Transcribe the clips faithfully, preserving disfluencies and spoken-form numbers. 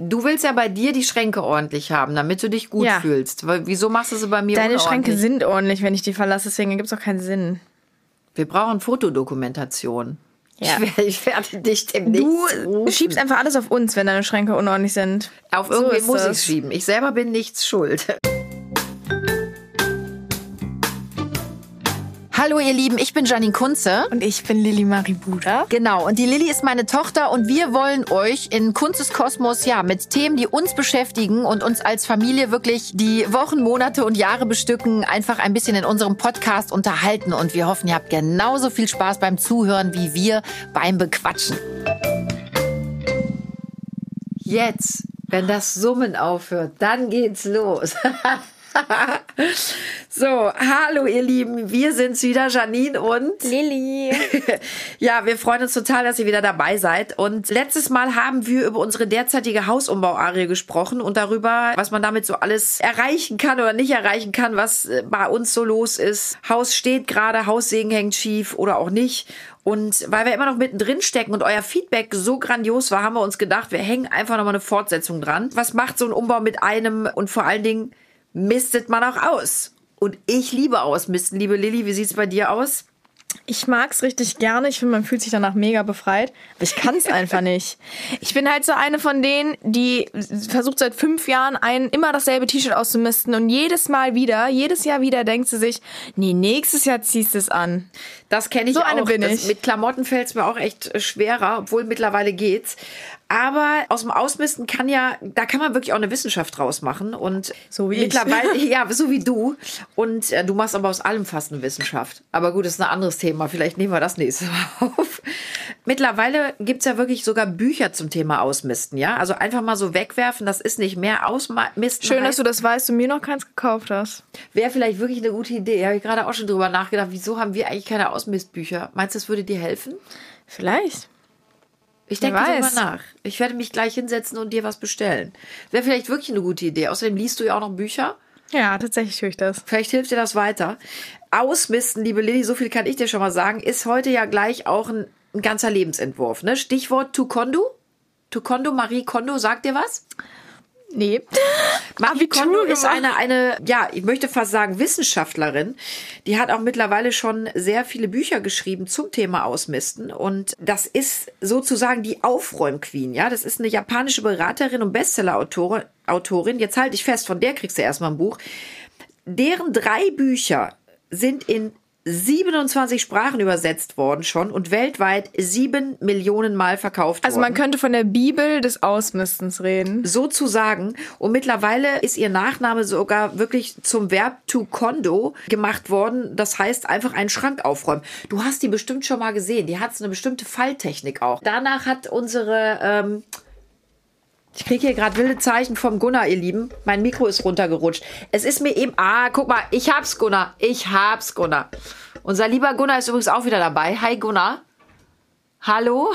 Du willst ja bei dir die Schränke ordentlich haben, damit du dich gut ja. fühlst. Weil, wieso machst du sie bei mir Deine unordentlich? Schränke sind ordentlich, wenn ich die verlasse, deswegen gibt es auch keinen Sinn. Wir brauchen Fotodokumentation. Ja. Ich, werde, ich werde dich demnächst Du rufen. schiebst einfach alles auf uns, wenn deine Schränke unordentlich sind. Auf So irgendwen ist muss ich das. schieben. Ich selber bin nichts schuld. Hallo ihr Lieben, ich bin Janine Kunze. Und ich bin Lilly Marie Buda. Genau, und die Lilly ist meine Tochter und wir wollen euch in Kunzes Kosmos ja mit Themen, die uns beschäftigen und uns als Familie wirklich die Wochen, Monate und Jahre bestücken, einfach ein bisschen in unserem Podcast unterhalten. Und wir hoffen, ihr habt genauso viel Spaß beim Zuhören wie wir beim Bequatschen. Jetzt, wenn das Summen aufhört, dann geht's los. So, hallo ihr Lieben, wir sind's wieder, Janine und Lilly. Ja, wir freuen uns total, dass ihr wieder dabei seid. Und letztes Mal haben wir über unsere derzeitige Hausumbauarie gesprochen und darüber, was man damit so alles erreichen kann oder nicht erreichen kann, was bei uns so los ist. Haus steht gerade, Haussegen hängt schief oder auch nicht. Und weil wir immer noch mittendrin stecken und euer Feedback so grandios war, haben wir uns gedacht, wir hängen einfach nochmal eine Fortsetzung dran. Was macht so ein Umbau mit einem und vor allen Dingen, mistet man auch aus. Und ich liebe Ausmisten. Liebe Lilly, wie sieht's bei dir aus? Ich mag's richtig gerne. Ich finde, man fühlt sich danach mega befreit. Aber ich kann's einfach nicht. Ich bin halt so eine von denen, die versucht seit fünf Jahren ein immer dasselbe T-Shirt auszumisten und jedes Mal wieder, jedes Jahr wieder denkt sie sich, nee, nächstes Jahr ziehst du es an. Das kenne ich so auch. Eine bin das, ich. Mit Klamotten fällt es mir auch echt schwerer, obwohl mittlerweile geht's. Aber aus dem Ausmisten kann ja, da kann man wirklich auch eine Wissenschaft draus machen. Und so wie mittlerweile, ich. ja, so wie du. Und äh, du machst aber aus allem fast eine Wissenschaft. Aber gut, das ist ein anderes Thema. Vielleicht nehmen wir das nächstes Mal auf. Mittlerweile gibt's ja wirklich sogar Bücher zum Thema Ausmisten, ja? Also einfach mal so wegwerfen, das ist nicht mehr Ausmisten. Schön, heißt, dass du das weißt und mir noch keins gekauft hast. Wäre vielleicht wirklich eine gute Idee. Habe ich gerade auch schon drüber nachgedacht. Wieso haben wir eigentlich keine Ausmistbücher? Meinst du, das würde dir helfen? Vielleicht. Ich Wer denke weiß. darüber nach. Ich werde mich gleich hinsetzen und dir was bestellen. Wäre vielleicht wirklich eine gute Idee. Außerdem liest du ja auch noch Bücher. Ja, tatsächlich tue ich das. Vielleicht hilft dir das weiter. Ausmisten, liebe Lilly, so viel kann ich dir schon mal sagen, ist heute ja gleich auch ein, ein ganzer Lebensentwurf. Ne? Stichwort Tukondo. Tukondo, Marie Kondo, sagt dir was? Nee. Marie Kondo ist gemacht. eine, eine, ja, ich möchte fast sagen Wissenschaftlerin. Die hat auch mittlerweile schon sehr viele Bücher geschrieben zum Thema Ausmisten. Und das ist sozusagen die Aufräumqueen, ja. Das ist eine japanische Beraterin und Bestsellerautorin. Autorin. Jetzt halte ich fest, von der kriegst du erstmal ein Buch. Deren drei Bücher sind in siebenundzwanzig Sprachen übersetzt worden schon und weltweit sieben Millionen Mal verkauft Also worden. man könnte von der Bibel des Ausmistens reden. Sozusagen. Und mittlerweile ist ihr Nachname sogar wirklich zum Verb to condo gemacht worden. Das heißt einfach einen Schrank aufräumen. Du hast die bestimmt schon mal gesehen. Die hat so eine bestimmte Falltechnik auch. Danach hat unsere... Ähm, ich kriege hier gerade wilde Zeichen vom Gunnar, ihr Lieben. Mein Mikro ist runtergerutscht. Es ist mir eben... Ah, guck mal, ich hab's, Gunnar. Ich hab's, Gunnar. Unser lieber Gunnar ist übrigens auch wieder dabei. Hi, Gunnar. Hallo.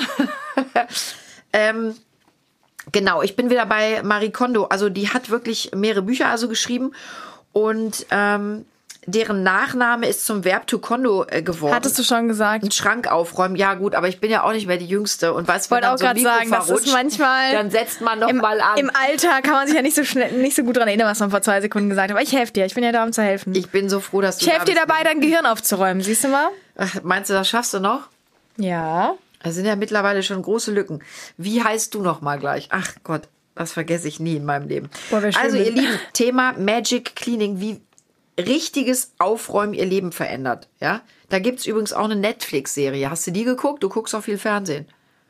ähm... Genau, ich bin wieder bei Marie Kondo. Also die hat wirklich mehrere Bücher also geschrieben und ähm, deren Nachname ist zum Verb to condo äh, geworden. Hattest du schon gesagt? Einen Schrank aufräumen, ja gut, aber ich bin ja auch nicht mehr die Jüngste. Und weißt, Ich wollte wenn dann auch so ein gerade Mikro sagen, das verrutscht, ist manchmal... dann setzt man noch Im, mal an. Im Alter kann man sich ja nicht so schnell, nicht so gut daran erinnern, was man vor zwei Sekunden gesagt hat. Aber ich helfe dir, ich bin ja da, um zu helfen. Ich bin so froh, dass du Ich helfe da dir bist. dabei, dein Gehirn aufzuräumen, siehst du mal? Ach, meinst du, das schaffst du noch? Ja. Es sind ja mittlerweile schon große Lücken. Wie heißt du noch mal gleich? Ach Gott, das vergesse ich nie in meinem Leben. Boah, wär schön, Also ihr wenn- Lieben, Thema Magic Cleaning, wie richtiges Aufräumen ihr Leben verändert. Ja, da gibt's übrigens auch eine Netflix-Serie. Hast du die geguckt? Du guckst auch viel Fernsehen.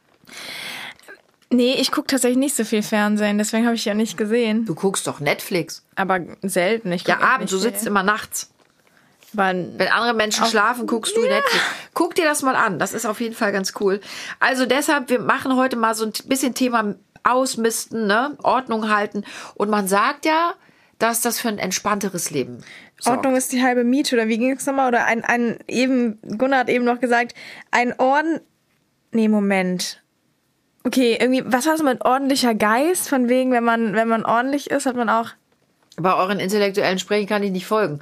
Nee, ich gucke tatsächlich nicht so viel Fernsehen, deswegen habe ich ja nicht gesehen. Du guckst doch Netflix. Aber selten. Ich guck Ja, echt abends, du nicht sitzt viel. immer nachts. Aber Wenn andere Menschen schlafen, guckst du Netflix. Guck dir das mal an. Das ist auf jeden Fall ganz cool. Also deshalb, wir machen heute mal so ein bisschen Thema Ausmisten, ne? Ordnung halten. Und man sagt ja, dass das für ein entspannteres Leben sorgt. Ordnung ist die halbe Miete, oder wie ging es nochmal? Oder ein, ein eben, Gunnar hat eben noch gesagt, ein Orden... Nee, Moment. Okay, irgendwie, was war das mit ordentlicher Geist? Von wegen, wenn man, wenn man ordentlich ist, hat man auch... Bei euren intellektuellen Sprechen kann ich nicht folgen.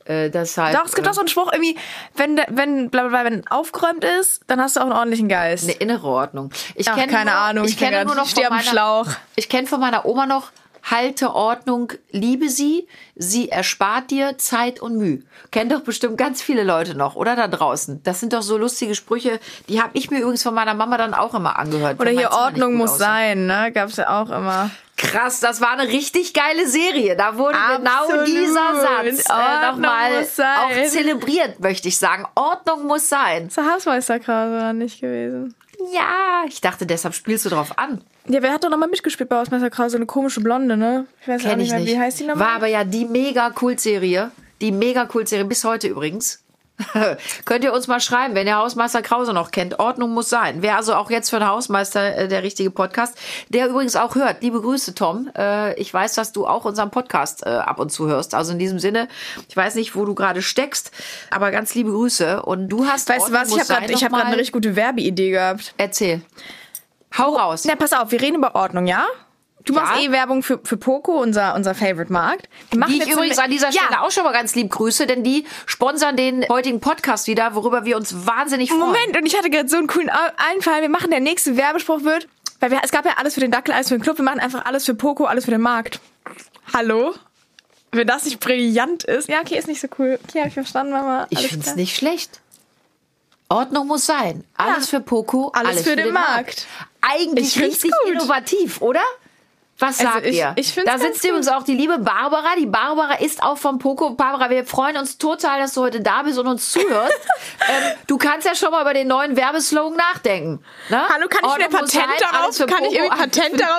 Äh, deshalb, Doch, es gibt äh, auch so einen Spruch, irgendwie, wenn, wenn, bla, bla, bla, wenn aufgeräumt ist, dann hast du auch einen ordentlichen Geist. eine innere Ordnung. Ich Ach, kenn keine nur, Ahnung, ich ich bin kenne grad- nur noch ich steh von am meiner, Schlauch. Ich kenne von meiner Oma noch, halte Ordnung, liebe sie, sie erspart dir Zeit und Mühe. Kennen doch bestimmt ganz viele Leute noch, oder da draußen. Das sind doch so lustige Sprüche, die habe ich mir übrigens von meiner Mama dann auch immer angehört. Oder wenn hier mein Zimmer nicht Ordnung gut muss aussah. sein, ne? Gab's ja auch immer. Krass, das war eine richtig geile Serie. Da wurde genau Absolut. dieser Satz äh, Ordnung nochmal muss sein. auch zelebriert, möchte ich sagen. Ordnung muss sein. Das ist der Hausmeister Krause nicht gewesen. Ja, ich dachte, deshalb spielst du drauf an. Ja, wer hat doch nochmal mitgespielt bei Hausmeister Krause? Eine komische Blonde, ne? Ich weiß auch Kenn nicht ich mehr, nicht. wie heißt die nochmal? War aber ja die mega Kult-Serie. Die mega Kult-Serie, bis heute übrigens. Könnt ihr uns mal schreiben, wenn ihr Hausmeister Krause noch kennt. Ordnung muss sein. Wäre also auch jetzt für den Hausmeister äh, der richtige Podcast. Der übrigens auch hört. Liebe Grüße, Tom. Äh, ich weiß, dass du auch unseren Podcast äh, ab und zu hörst. Also in diesem Sinne, ich weiß nicht, wo du gerade steckst, aber ganz liebe Grüße. Und du hast Weißt du was? Ich habe gerade hab grad eine richtig gute Werbeidee gehabt. Erzähl. Hau raus. Na, pass auf, wir reden über Ordnung, ja? Du Ja. machst eh Werbung für, für Poco, unser, unser Favorite-Markt. Wir machen Die ich jetzt übrigens eine- an dieser Stelle ja. auch schon mal ganz lieb grüße, denn die sponsern den heutigen Podcast wieder, worüber wir uns wahnsinnig freuen. Moment, und ich hatte gerade so einen coolen Au- Einfall. Wir machen, der nächste Werbespruch wird, weil wir, es gab ja alles für den Dackel, alles für den Club. Wir machen einfach alles für Poco, alles für den Markt. Hallo? Wenn das nicht brillant ist. Ja, okay, ist nicht so cool. Okay, hab ich verstanden, Mama. Ich Alles finde es klar. nicht schlecht. Ordnung muss sein. Alles Ja. für Poco, Alles alles, für den Markt. Eigentlich Ich find's richtig gut. innovativ, oder? Was Also sagt ich- ihr? ich find's da ganz sitzt gut. übrigens auch die liebe Barbara. Die Barbara ist auch vom Poco. Barbara, wir freuen uns total, dass du heute da bist und uns zuhörst. ähm, du kannst ja schon mal über den neuen Werbeslogan nachdenken. Ne? Hallo, kann ich mir Ordnung muss Patent sein, darauf? alles für Kann ich Poco, irgendwie Patent darauf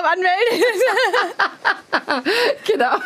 anmelden? Genau.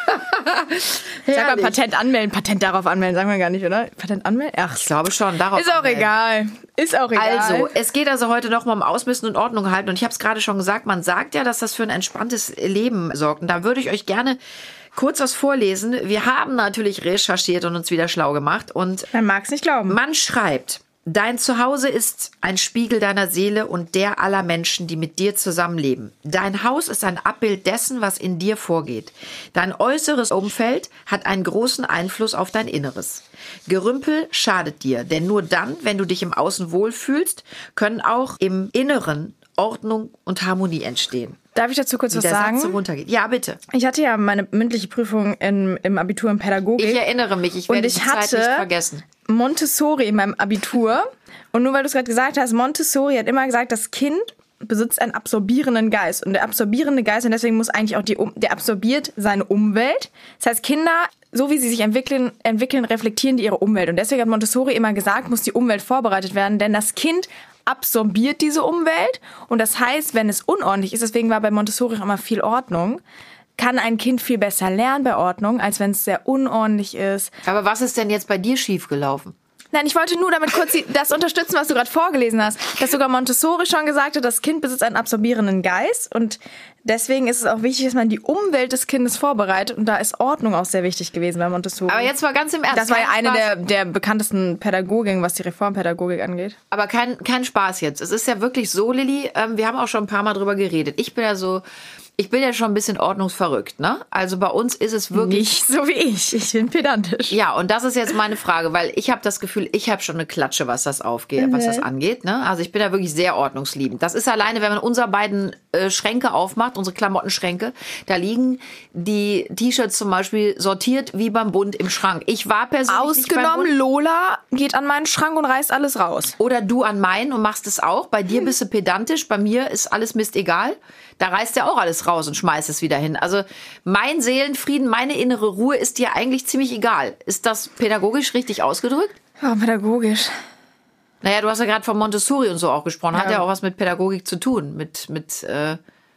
Sag mal Herrlich. Patent anmelden. Patent darauf anmelden, sagen wir gar nicht, oder? Patent anmelden? Ach, Ich glaube schon. Darauf ist auch anmelden. egal. Ist auch egal. Also, es geht also heute noch mal um Ausmisten und Ordnung halten. Und ich habe es gerade schon gesagt, man sagt ja, dass das für ein entspanntes Leben sorgt. Und da würde ich euch gerne kurz was vorlesen. Wir haben natürlich recherchiert und uns wieder schlau gemacht. Und Man mag's nicht glauben. man schreibt: Dein Zuhause ist ein Spiegel deiner Seele und der aller Menschen, die mit dir zusammenleben. Dein Haus ist ein Abbild dessen, was in dir vorgeht. Dein äußeres Umfeld hat einen großen Einfluss auf dein Inneres. Gerümpel schadet dir, denn nur dann, wenn du dich im Außen wohlfühlst, können auch im Inneren Ordnung und Harmonie entstehen. Darf ich dazu kurz Wie was der sagen? Satz so runtergeht. Ja, bitte. Ich hatte ja meine mündliche Prüfung in, im Abitur in Pädagogik. Ich erinnere mich, ich und werde ich die Zeit hatte nicht vergessen. Montessori in meinem Abitur. Und nur weil du es gerade gesagt hast, Montessori hat immer gesagt, das Kind besitzt einen absorbierenden Geist. Und der absorbierende Geist, und deswegen muss eigentlich auch die, um- der absorbiert seine Umwelt. Das heißt, Kinder, so wie sie sich entwickeln, entwickeln, reflektieren die ihre Umwelt. Und deswegen hat Montessori immer gesagt, muss die Umwelt vorbereitet werden, denn das Kind absorbiert diese Umwelt. Und das heißt, wenn es unordentlich ist, deswegen war bei Montessori auch immer viel Ordnung, kann ein Kind viel besser lernen bei Ordnung, als wenn es sehr unordentlich ist. Aber was ist denn jetzt bei dir schiefgelaufen? Nein, ich wollte nur damit kurz die, das unterstützen, was du gerade vorgelesen hast. Dass sogar Montessori schon gesagt hat, das Kind besitzt einen absorbierenden Geist. Und deswegen ist es auch wichtig, dass man die Umwelt des Kindes vorbereitet. Und da ist Ordnung auch sehr wichtig gewesen bei Montessori. Aber jetzt mal ganz im Ernst. das war ja kein eine Spaß. der, der bekanntesten Pädagogiken, was die Reformpädagogik angeht. Aber kein, kein Spaß jetzt. Es ist ja wirklich so, Lilly, ähm, wir haben auch schon ein paar Mal drüber geredet. Ich bin ja so, ich bin ja schon ein bisschen ordnungsverrückt, ne? Also bei uns ist es wirklich... Nicht so wie ich. Ich bin pedantisch. Ja, und das ist jetzt meine Frage, weil ich habe das Gefühl, ich habe schon eine Klatsche, was das aufgeht, was das angeht. Ne? Also ich bin da wirklich sehr ordnungsliebend. Das ist alleine, wenn man unsere beiden äh, Schränke aufmacht, unsere Klamottenschränke, da liegen die T-Shirts zum Beispiel sortiert wie beim Bund im Schrank. Ich war persönlich nicht beim Ausgenommen, Bund. Lola geht an meinen Schrank und reißt alles raus. Oder du an meinen und machst es auch. Bei dir bist du pedantisch, bei mir ist alles Mist egal. Da reißt er auch alles raus und schmeißt es wieder hin. Also mein Seelenfrieden, meine innere Ruhe ist dir eigentlich ziemlich egal. Ist das pädagogisch richtig ausgedrückt? Oh, pädagogisch. Naja, du hast ja gerade von Montessori und so auch gesprochen. Hat Ja. ja auch was mit Pädagogik zu tun. Mit, mit, äh,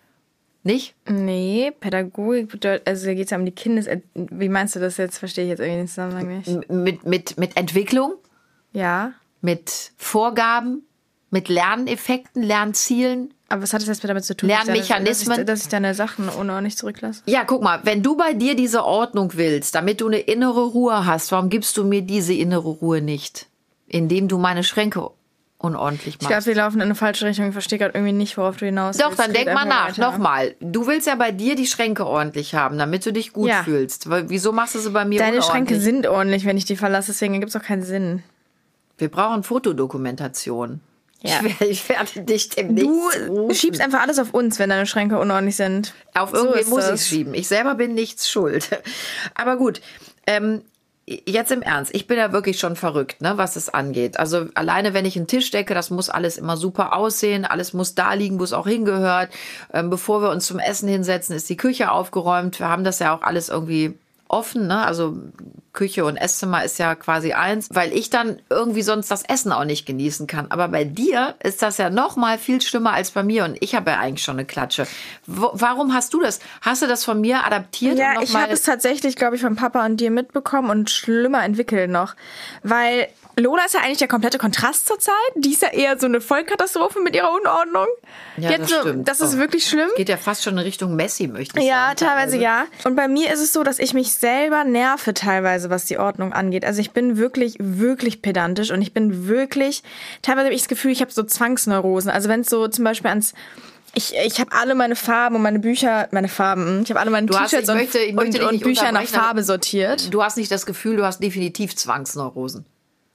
nicht? Nee, Pädagogik bedeutet, also da geht es ja um die Kindes... Wie meinst du das jetzt? Verstehe ich jetzt irgendwie den Zusammenhang nicht. M- Mit, mit, mit Entwicklung, Ja, mit Vorgaben, mit Lerneffekten, Lernzielen. aber was hat das jetzt damit zu tun? Lernmechanismen. Dass ich, dass ich deine Sachen unordentlich zurücklasse? Ja, guck mal, wenn du bei dir diese Ordnung willst, damit du eine innere Ruhe hast, warum gibst du mir diese innere Ruhe nicht? Indem du meine Schränke unordentlich machst. Ich glaube, wir laufen in eine falsche Richtung. Ich verstehe gerade irgendwie nicht, worauf du hinaus willst. Doch, dann denk mal nach. Weiter. Nochmal. Du willst ja bei dir die Schränke ordentlich haben, damit du dich gut ja. fühlst. Weil, wieso machst du sie bei mir Deine unordentlich? Schränke sind ordentlich, wenn ich die verlasse. Deswegen gibt es auch keinen Sinn. Wir brauchen Fotodokumentation. Ja. Ich, werde, ich werde dich demnächst Du rufen. schiebst einfach alles auf uns, wenn deine Schränke unordentlich sind. Auf So irgendwie ist muss ich das. es schieben. Ich selber bin nichts schuld. Aber gut, ähm, jetzt im Ernst. Ich bin ja wirklich schon verrückt, ne, was es angeht. Also alleine, wenn ich einen Tisch decke, das muss alles immer super aussehen. Alles muss da liegen, wo es auch hingehört. Ähm, bevor wir uns zum Essen hinsetzen, ist die Küche aufgeräumt. Wir haben das ja auch alles irgendwie offen, ne? Also Küche und Esszimmer ist ja quasi eins, weil ich dann irgendwie sonst das Essen auch nicht genießen kann. Aber bei dir ist das ja noch mal viel schlimmer als bei mir und ich habe ja eigentlich schon eine Klatsche. Wo, warum hast du das? Hast du das von mir adaptiert? Ja, und noch ich mal habe es tatsächlich, glaube ich, von Papa und dir mitbekommen und schlimmer entwickelt noch. Weil Lola ist ja eigentlich der komplette Kontrast zur Zeit. Die ist ja eher so eine Vollkatastrophe mit ihrer Unordnung. Ja, Jetzt das so, stimmt. Das ist Oh. wirklich schlimm. Geht ja fast schon in Richtung Messi, möchte ich Ja, sagen. teilweise ja. Und bei mir ist es so, dass ich mich selber nerve teilweise, was die Ordnung angeht. Also ich bin wirklich, wirklich pedantisch und ich bin wirklich, teilweise habe ich das Gefühl, ich habe so Zwangsneurosen. Also wenn es so zum Beispiel ans... Ich, ich habe alle meine Farben und meine Bücher, meine Farben, ich habe alle meine Du hast- T-Shirts ich und, möchte- ich möchte und, dich und nicht Bücher nach unterbrechen, aber- Farbe sortiert. Du hast nicht das Gefühl, du hast definitiv Zwangsneurosen.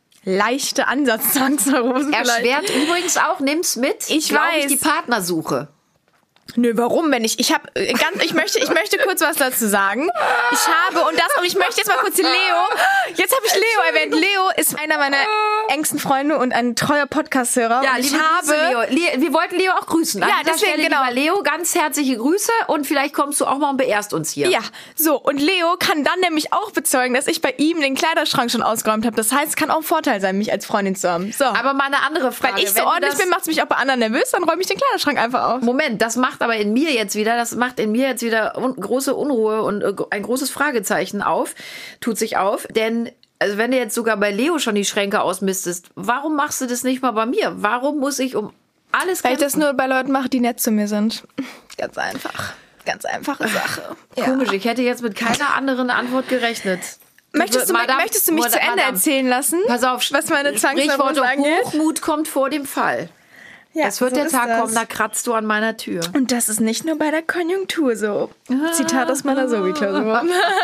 Leichte Ansatz-Zwangsneurosen vielleicht. Erschwert übrigens auch, nimm's mit. Ich glaub weiß. Ich, die Partnersuche. Nö, warum, wenn ich, ich habe, ganz, ich möchte, ich möchte kurz was dazu sagen. Ich habe, und das, und ich möchte jetzt mal kurz den Leo, jetzt habe ich Leo erwähnt. Leo ist einer meiner engsten Freunde und ein treuer Podcast-Hörer. Ja, und ich liebe habe, Grüße, Leo. Le- Wir wollten Leo auch grüßen. An Ja, dieser deswegen, Stelle, genau. lieber Leo, ganz herzliche Grüße und vielleicht kommst du auch mal und beehrst uns hier. ja, so, und Leo kann dann nämlich auch bezeugen, dass ich bei ihm den Kleiderschrank schon ausgeräumt habe. Das heißt, es kann auch ein Vorteil sein, mich als Freundin zu haben. So. Aber mal eine andere Frage. Weil ich so Wenn du ordentlich das- bin, macht es mich auch bei anderen nervös, dann räume ich den Kleiderschrank einfach auf. Moment, das macht aber in mir jetzt wieder, das macht in mir jetzt wieder un große Unruhe und äh, ein großes Fragezeichen auf, tut sich auf, denn also wenn du jetzt sogar bei Leo schon die Schränke ausmistest, warum machst du das nicht mal bei mir? Warum muss ich um alles Weil ich das kämpfen? nur bei Leuten mache, die nett zu mir sind. Ganz einfach. Ganz einfache Sache. Ja. Komisch, ich hätte jetzt mit keiner anderen Antwort gerechnet. Möchtest du, Madame- möchtest du mich zu Ende Madame, erzählen lassen? Pass auf, was meine Zwangsneurosen Sprichwort angeht. Hochmut kommt vor dem Fall. Ja, Es wird so der ist Tag das. kommen, da kratzt du an meiner Tür. Und das ist nicht nur bei der Konjunktur so. Zitat aus meiner Sobi-Klausur.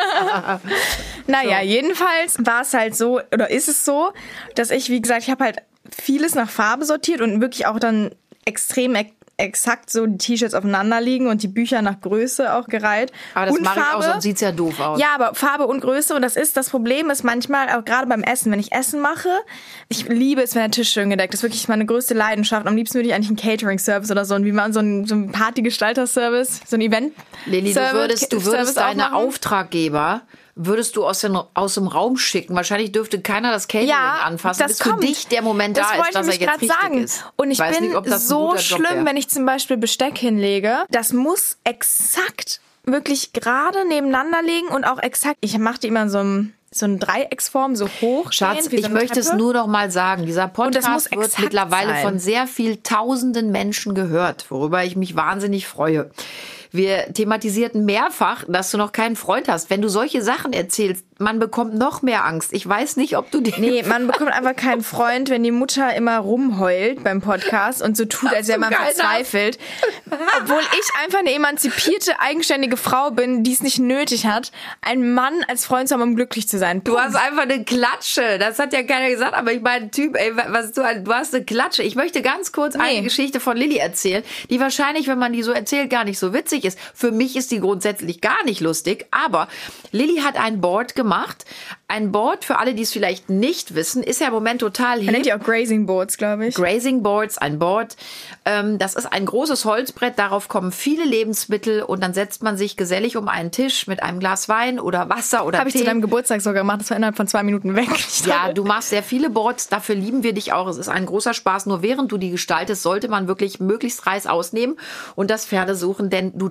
Naja, jedenfalls war es halt so, oder ist es so, dass ich, wie gesagt, ich habe halt vieles nach Farbe sortiert und wirklich auch dann extrem ex exakt so die T-Shirts aufeinander liegen und die Bücher nach Größe auch gereiht. Aber das und mache ich auch, Farbe. sonst sieht's ja doof aus. Ja, aber Farbe und Größe, und das ist, das Problem ist manchmal, auch gerade beim Essen, wenn ich Essen mache, ich liebe es, wenn der Tisch schön gedeckt ist, wirklich meine größte Leidenschaft. Am liebsten würde ich eigentlich einen Catering-Service oder so, und wie man so einen, so einen Partygestalter-Service, so ein Event. Lilly, du würdest, du würdest Service auch deine machen. Auftraggeber, würdest du aus, den, aus dem Raum schicken. Wahrscheinlich dürfte keiner das Catering Ja, anfassen, das bis kommt. für dich der Moment das da wollte ist, dass er ich jetzt grad richtig sagen. ist. Und ich weiß bin nicht, ob das ein so guter Job schlimm, wär. wenn ich zum Beispiel Besteck hinlege. Das muss exakt wirklich gerade nebeneinander liegen und auch exakt. Ich mache die immer in so einem so eine Dreiecksform, so hoch. Schatz, stehen, wie ich so eine möchte es Treppe. nur noch mal sagen. Dieser das muss Podcast wird exakt mittlerweile sein. von sehr viel tausenden Menschen gehört, worüber ich mich wahnsinnig freue. Wir thematisierten mehrfach, dass du noch keinen Freund hast. Wenn du solche Sachen erzählst, man bekommt noch mehr Angst. Ich weiß nicht, ob du die... Nee, man bekommt einfach keinen Freund, wenn die Mutter immer rumheult beim Podcast und so tut, als wäre man du keinen verzweifelt. Obwohl ich einfach eine emanzipierte, eigenständige Frau bin, die es nicht nötig hat, einen Mann als Freund zu haben, um glücklich zu sein. Du hast einfach eine Klatsche. Das hat ja keiner gesagt, aber ich meine, Typ, ey, was du, du hast eine Klatsche. Ich möchte ganz kurz Nee. eine Geschichte von Lilly erzählen, die wahrscheinlich, wenn man die so erzählt, gar nicht so witzig ist. Für mich ist die grundsätzlich gar nicht lustig, aber Lilly hat ein Board gemacht. Ein Board, für alle, die es vielleicht nicht wissen, ist ja im Moment total Man nennt hip. die auch Grazing Boards, glaube ich. Grazing Boards, ein Board. Ähm, das ist ein großes Holzbrett, darauf kommen viele Lebensmittel und dann setzt man sich gesellig um einen Tisch mit einem Glas Wein oder Wasser oder Habe ich Tee. zu deinem Geburtstag sogar gemacht. Das war innerhalb von zwei Minuten weg. Ich Ja, dachte, du machst sehr viele Boards, dafür lieben wir dich auch. Es ist ein großer Spaß. Nur während du die gestaltest, sollte man wirklich möglichst Reis ausnehmen und das Pferde suchen, denn du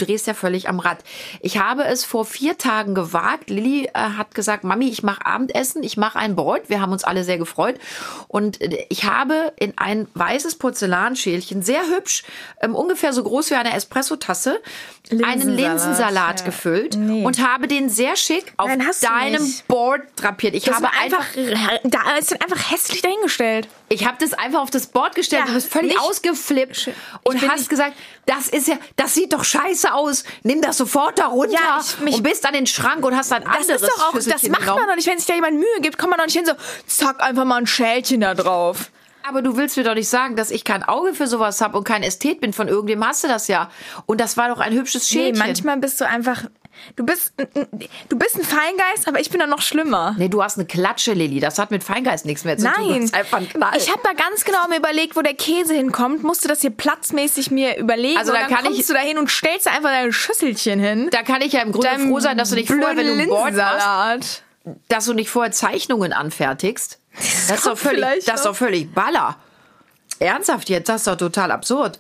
drehst ja völlig am Rad. Ich habe es vor vier Tagen gewagt. Lilly äh, hat gesagt, Mami, ich mache Abendessen, ich mache ein Brot. Wir haben uns alle sehr gefreut. Und äh, ich habe in ein weißes Porzellanschälchen, sehr hübsch, ähm, ungefähr so groß wie eine Espressotasse, einen Linsensalat ja. gefüllt Nee. und habe den sehr schick auf Nein, hast du deinem nicht. Board drapiert. Ich Das habe war einfach, einfach, da ist dann einfach hässlich dahingestellt. ich habe das einfach auf das Board gestellt. Ja, du bist völlig nicht- ausgeflippt Ich und bin hast nicht- gesagt, das ist ja, das sieht doch scheiße aus. Nimm das sofort da runter Ja, ich- mich- und bist an den Schrank und hast ein Das anderes ist doch auch, das Schüsselchen macht man genommen. doch nicht, wenn sich da jemand Mühe gibt, kommt man doch nicht hin so, zack, einfach mal ein Schälchen da drauf. Aber du willst mir doch nicht sagen, dass ich kein Auge für sowas habe und kein Ästhet bin. Von irgendwem hast du das ja. Und das war doch ein hübsches Nee, Schälchen. manchmal bist du einfach, du bist, du bist ein Feingeist, aber ich bin dann noch schlimmer. Nee, du hast eine Klatsche, Lilly. Das hat mit Feingeist nichts mehr zu tun. Du Nein, hast einfach einen Knall. ich habe da ganz genau mir überlegt, wo der Käse hinkommt, musste das hier platzmäßig mir überlegen. Also und da dann kann kommst ich- du da hin und stellst da einfach dein Schüsselchen hin. Da kann ich ja im Grunde Deinem froh sein, dass du nicht vorher, wenn du ein Board machst, Linsensalat. dass du nicht vorher Zeichnungen anfertigst. Das, ist doch kommt völlig, vielleicht das ist noch. doch völlig baller. Ernsthaft jetzt? Das ist doch total absurd.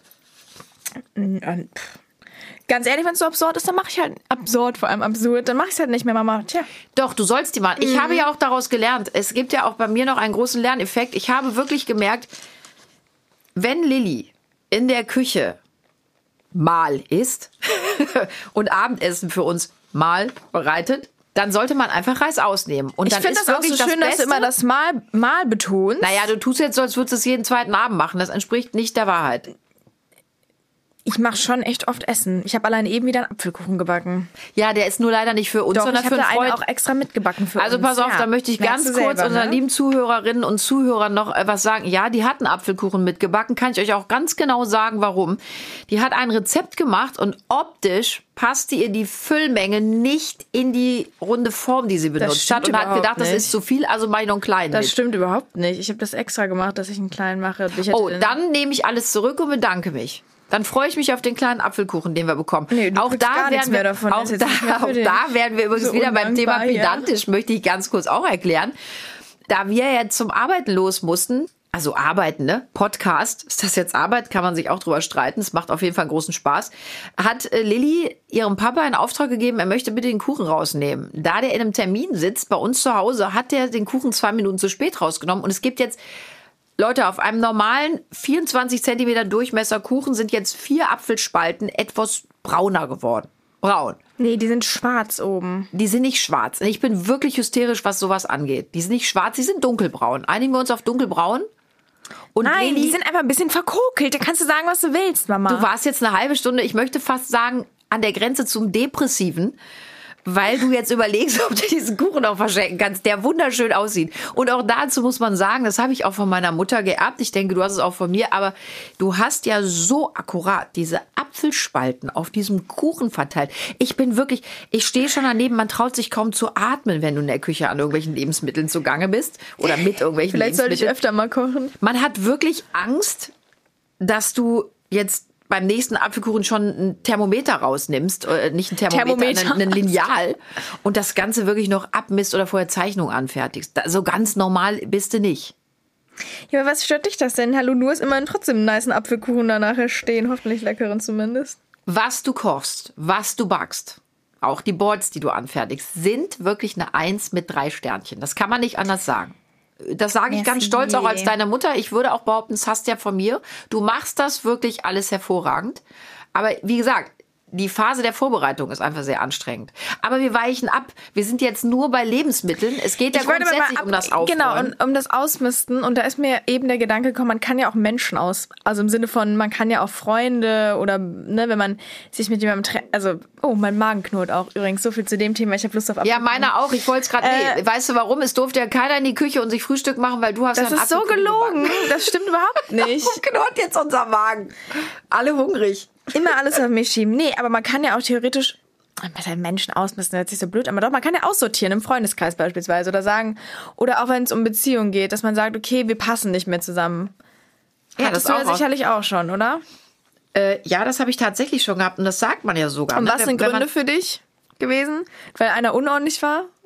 Ganz ehrlich, wenn es so absurd ist, dann mache ich halt absurd, vor allem absurd. Dann mache ich es halt nicht mehr, Mama. Tja. Doch, du sollst die machen. Ich habe ja auch daraus gelernt. Es gibt ja auch bei mir noch einen großen Lerneffekt. Ich habe wirklich gemerkt, wenn Lilly in der Küche mal isst und Abendessen für uns mal bereitet, dann sollte man einfach Reis ausnehmen. Und Ich dann finde ist das auch so wirklich schön, dass Beste, du immer das Mal, Mal betonst. Naja, du tust jetzt so, als würdest du es jeden zweiten Abend machen. Das entspricht nicht der Wahrheit. Ich mache schon echt oft Essen. Ich habe allein eben wieder einen Apfelkuchen gebacken. Ja, der ist nur leider nicht für uns, Doch, sondern ich für habe einen da einen Freund. auch extra mitgebacken für Also uns. pass auf, Ja. da möchte ich Merkst ganz du kurz selber, unseren ne? lieben Zuhörerinnen und Zuhörern noch äh, was sagen. Ja, die hat einen Apfelkuchen mitgebacken, kann ich euch auch ganz genau sagen, warum. Die hat ein Rezept gemacht und optisch passte ihr die Füllmenge nicht in die runde Form, die sie benutzt stimmt hat und hat überhaupt gedacht, das nicht. ist zu viel, also mache ich noch einen kleinen Das mit. stimmt überhaupt nicht. Ich habe das extra gemacht, dass ich einen kleinen mache. Ich hätte Oh, den- dann nehme ich alles zurück und bedanke mich. Dann freue ich mich auf den kleinen Apfelkuchen, den wir bekommen. Nee, du auch kriegst da gar nichts werden mehr wir, davon. auch Das ist da, jetzt nicht mehr für auch dich. da werden wir übrigens So wieder beim Thema undankbar hier. pedantisch, möchte ich ganz kurz auch erklären. Da wir jetzt zum Arbeiten los mussten, also arbeiten, ne? Podcast, ist das jetzt Arbeit? Kann man sich auch drüber streiten. Es macht auf jeden Fall großen Spaß. Hat äh, Lilly ihrem Papa einen Auftrag gegeben, er möchte bitte den Kuchen rausnehmen. Da der in einem Termin sitzt bei uns zu Hause, hat der den Kuchen zwei Minuten zu spät rausgenommen. Und es gibt jetzt, Leute, auf einem normalen vierundzwanzig Zentimeter Durchmesser Kuchen sind jetzt vier Apfelspalten etwas brauner geworden. Braun. Nee, die sind schwarz oben. Die sind nicht schwarz. Ich bin wirklich hysterisch, was sowas angeht. Die sind nicht schwarz, die sind dunkelbraun. Einigen wir uns auf dunkelbraun? Und Nein, Lilly, die sind einfach ein bisschen verkokelt. Da kannst du sagen, was du willst, Mama. du warst jetzt eine halbe Stunde, ich möchte fast sagen, an der Grenze zum Depressiven, weil du jetzt überlegst, ob du diesen Kuchen auch verschenken kannst, der wunderschön aussieht. Und auch dazu muss man sagen, das habe ich auch von meiner Mutter geerbt. Ich denke, du hast es auch von mir, aber du hast ja so akkurat diese Apfelspalten auf diesem Kuchen verteilt. Ich bin wirklich, ich stehe schon daneben, man traut sich kaum zu atmen, wenn du in der Küche an irgendwelchen Lebensmitteln zugange bist oder mit irgendwelchen Vielleicht sollte ich Lebensmitteln. öfter mal kochen. Man hat wirklich Angst, dass du jetzt beim nächsten Apfelkuchen schon ein Thermometer rausnimmst, äh, nicht ein Thermometer, Thermometer. Ein, ein Lineal und das Ganze wirklich noch abmisst oder vorher Zeichnung anfertigst. Da, so ganz normal bist du nicht. Ja, aber was stört dich das denn? Hallo, du hast immerhin trotzdem einen nicen Apfelkuchen da nachher stehen. Hoffentlich leckeren zumindest. Was du kochst, was du backst, auch die Boards, die du anfertigst, sind wirklich eine Eins mit drei Sternchen. Das kann man nicht anders sagen. Das sage ich Merci. ganz stolz auch als deine Mutter. Ich würde auch behaupten, das hast du ja von mir. Du machst das wirklich alles hervorragend. Aber wie gesagt, die Phase der Vorbereitung ist einfach sehr anstrengend. Aber wir weichen ab. Wir sind jetzt nur bei Lebensmitteln. Es geht ja Ich wollte aber grundsätzlich mal ab- um das Aufräumen. Genau, und um das Ausmisten. Und da ist mir eben der Gedanke gekommen, man kann ja auch Menschen aus. Also im Sinne von, man kann ja auch Freunde oder, ne, wenn man sich mit jemandem trennt. Also, oh, mein Magen knurrt auch übrigens. So viel zu dem Thema. Ich habe Lust auf Ja, Apfelkuchen. meiner auch. Ich wollte es gerade. Äh, Nee, weißt du warum? Es durfte ja keiner in die Küche und sich Frühstück machen, weil du hast Das ja einen ist so Apfelkuchen gelogen. gebacken. Das stimmt überhaupt nicht. Warum knurrt jetzt unser Magen? Alle hungrig. Immer alles auf mich schieben. Nee, aber man kann ja auch theoretisch was heißt Menschen ausmisten, hört sich so blöd an, aber doch, man kann ja aussortieren im Freundeskreis beispielsweise oder sagen, oder auch wenn es um Beziehungen geht, dass man sagt, okay, wir passen nicht mehr zusammen. Ja, Hattest das du auch. ja sicherlich auch schon, oder? Äh, ja, das habe ich tatsächlich schon gehabt und das sagt man ja sogar. Und ne? was Wenn- sind wenn Gründe man- für dich gewesen? Weil einer unordentlich war?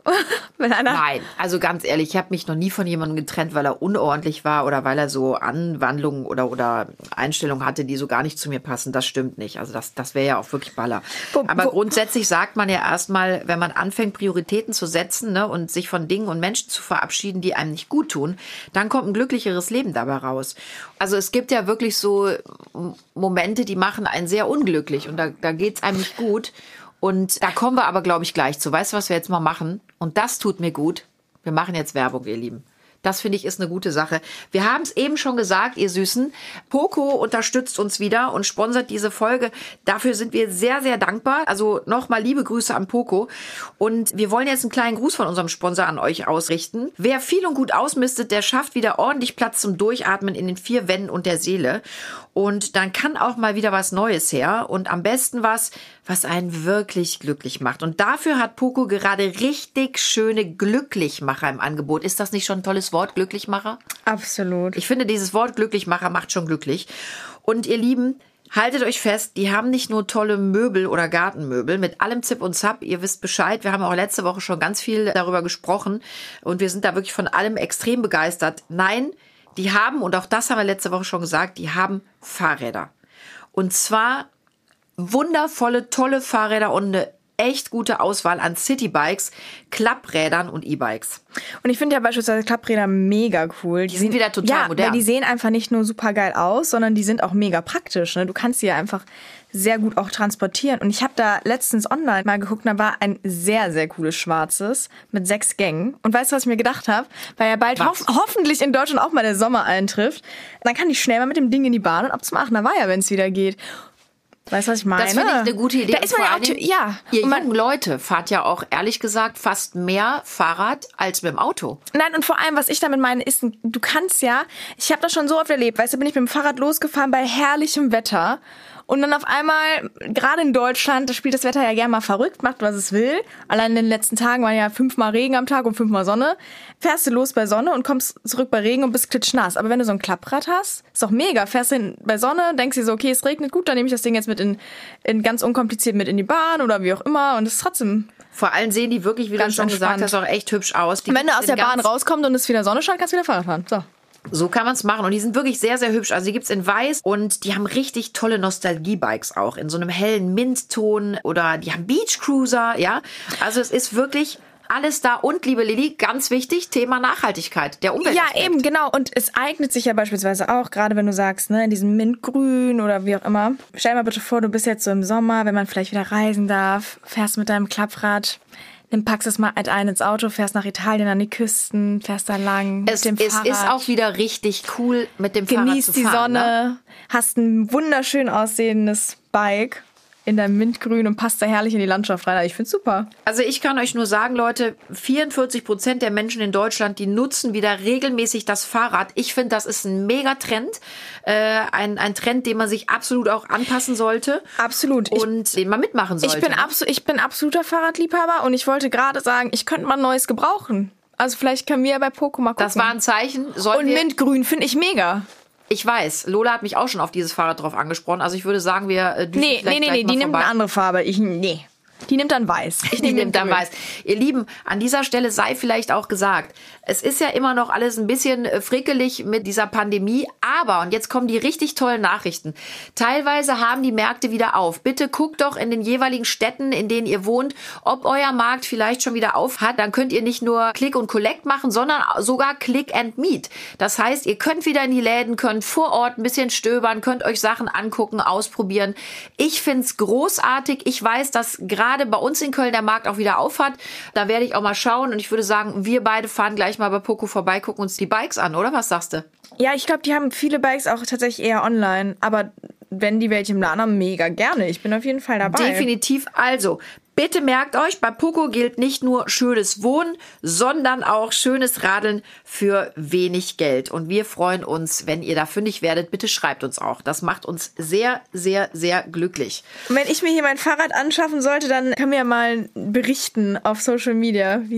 Wenn einer Nein, also ganz ehrlich, ich habe mich noch nie von jemandem getrennt, weil er unordentlich war oder weil er so Anwandlungen oder, oder Einstellungen hatte, die so gar nicht zu mir passen. Das stimmt nicht. Also das, das wäre ja auch wirklich Baller. Wo, Aber wo, grundsätzlich sagt man ja erstmal, wenn man anfängt, Prioritäten zu setzen, ne, und sich von Dingen und Menschen zu verabschieden, die einem nicht gut tun, dann kommt ein glücklicheres Leben dabei raus. Also es gibt ja wirklich so Momente, die machen einen sehr unglücklich und da, da geht's einem nicht gut. Und da kommen wir aber, glaube ich, gleich zu. Weißt du, was wir jetzt mal machen? Und das tut mir gut. Wir machen jetzt Werbung, ihr Lieben. Das, finde ich, ist eine gute Sache. Wir haben es eben schon gesagt, ihr Süßen. Poco unterstützt uns wieder und sponsert diese Folge. Dafür sind wir sehr, sehr dankbar. Also nochmal liebe Grüße an Poco. Und wir wollen jetzt einen kleinen Gruß von unserem Sponsor an euch ausrichten. Wer viel und gut ausmistet, der schafft wieder ordentlich Platz zum Durchatmen in den vier Wänden und der Seele. Und dann kann auch mal wieder was Neues her. Und am besten was, was einen wirklich glücklich macht. Und dafür hat Poco gerade richtig schöne Glücklichmacher im Angebot. Ist das nicht schon ein tolles Wort, Glücklichmacher? Absolut. Ich finde, dieses Wort Glücklichmacher macht schon glücklich. Und ihr Lieben, haltet euch fest, die haben nicht nur tolle Möbel oder Gartenmöbel mit allem Zip und Zap. Ihr wisst Bescheid, wir haben auch letzte Woche schon ganz viel darüber gesprochen. Und wir sind da wirklich von allem extrem begeistert. Nein, die haben, und auch das haben wir letzte Woche schon gesagt, die haben Fahrräder. Und zwar wundervolle, tolle Fahrräder und eine echt gute Auswahl an Citybikes, Klapprädern und E-Bikes. Und ich finde ja beispielsweise Klappräder mega cool. Die, die sind wieder total ja, modern. Weil die sehen einfach nicht nur super geil aus, sondern die sind auch mega praktisch. Ne? Du kannst sie ja einfach sehr gut auch transportieren. Und ich habe da letztens online mal geguckt, da war ein sehr, sehr cooles schwarzes mit sechs Gängen. Und weißt du, was ich mir gedacht habe? Weil ja bald ho- hoffentlich in Deutschland auch mal der Sommer eintrifft. Dann kann ich schnell mal mit dem Ding in die Bahn und ab zum Aachener Weiher, wenn es wieder geht. Weißt du, was ich meine? Das finde ich eine gute Idee. Da ist man ja auch, Dingen, ja. Ihr Und man, jungen Leute fahrt ja auch, ehrlich gesagt, fast mehr Fahrrad als mit dem Auto. Nein, und vor allem, was ich damit meine, ist, du kannst ja, ich habe das schon so oft erlebt, weißt du, bin ich mit dem Fahrrad losgefahren bei herrlichem Wetter. Und dann auf einmal, gerade in Deutschland, da spielt das Wetter ja gerne mal verrückt, macht, was es will. Allein in den letzten Tagen waren ja fünfmal Regen am Tag und fünfmal Sonne. Fährst du los bei Sonne und kommst zurück bei Regen und bist klitschnass. Aber wenn du so ein Klapprad hast, ist doch mega. Fährst du bei Sonne, denkst dir so, okay, es regnet, gut, dann nehme ich das Ding jetzt mit in, in ganz unkompliziert mit in die Bahn oder wie auch immer. Und es ist trotzdem... Vor allem sehen die wirklich, wie du schon gesagt hast, auch echt hübsch aus. Die wenn du aus der Bahn rauskommst und es wieder Sonne scheint, kannst du wieder Fahrrad fahren. So. So kann man es machen. Und die sind wirklich sehr, sehr hübsch. Also die gibt's in weiß und die haben richtig tolle Nostalgie-Bikes auch. In so einem hellen Mintton oder die haben Beachcruiser, ja. Also es ist wirklich alles da. Und, liebe Lilly, ganz wichtig, Thema Nachhaltigkeit, der Umwelt. Ja, eben, genau. Und es eignet sich ja beispielsweise auch, gerade wenn du sagst, ne, in diesem Mintgrün oder wie auch immer. Stell dir mal bitte vor, du bist jetzt so im Sommer, wenn man vielleicht wieder reisen darf, fährst mit deinem Klapprad, Nimm, packst es mal ein ins Auto, fährst nach Italien an die Küsten, fährst da lang es, mit dem es Fahrrad. Es ist auch wieder richtig cool, mit dem Fahrrad Genießt zu fahren. die Sonne, ne? Hast ein wunderschön aussehendes Bike in deinem Mintgrün und passt da herrlich in die Landschaft rein. Ich find's super. Also ich kann euch nur sagen, Leute, vierundvierzig Prozent der Menschen in Deutschland, die nutzen wieder regelmäßig das Fahrrad. Ich finde, das ist ein Megatrend. Äh, ein, ein Trend, den man sich absolut auch anpassen sollte. Absolut. Und ich, den man mitmachen sollte. Ich bin, abso- ich bin absoluter Fahrradliebhaber und ich wollte gerade sagen, ich könnte mal ein neues gebrauchen. Also vielleicht können wir ja bei Poco mal gucken. Das war ein Zeichen. Sollen und wir Mintgrün finde ich mega. Ich weiß, Lola hat mich auch schon auf dieses Fahrrad drauf angesprochen. Also ich würde sagen, wir äh, düsen Nee, vielleicht nee, nee, gleich nee, mal die nimmt vorbei. eine andere Farbe. Ich, nee. Die nimmt dann weiß. Ich Die nehme nimmt dann grün. weiß. Ihr Lieben, an dieser Stelle sei vielleicht auch gesagt, es ist ja immer noch alles ein bisschen äh, frickelig mit dieser Pandemie, aber, und jetzt kommen die richtig tollen Nachrichten, teilweise haben die Märkte wieder auf. Bitte guckt doch in den jeweiligen Städten, in denen ihr wohnt, ob euer Markt vielleicht schon wieder auf hat. Dann könnt ihr nicht nur Click und Collect machen, sondern sogar Click and Meet. Das heißt, ihr könnt wieder in die Läden, könnt vor Ort ein bisschen stöbern, könnt euch Sachen angucken, ausprobieren. Ich find's großartig. Ich weiß, dass gerade Gerade bei uns in Köln der Markt auch wieder auf hat. Da werde ich auch mal schauen. Und ich würde sagen, wir beide fahren gleich mal bei Poco vorbei, gucken uns die Bikes an, oder? Was sagst du? Ja, ich glaube, die haben viele Bikes auch tatsächlich eher online. Aber wenn die welche im Laden haben, mega gerne. Ich bin auf jeden Fall dabei. Definitiv. Also, bitte merkt euch, bei Poco gilt nicht nur schönes Wohnen, sondern auch schönes Radeln für wenig Geld. Und wir freuen uns, wenn ihr da fündig werdet. Bitte schreibt uns auch. Das macht uns sehr, sehr, sehr glücklich. Und wenn ich mir hier mein Fahrrad anschaffen sollte, dann kann mir ja mal berichten auf Social Media, wie es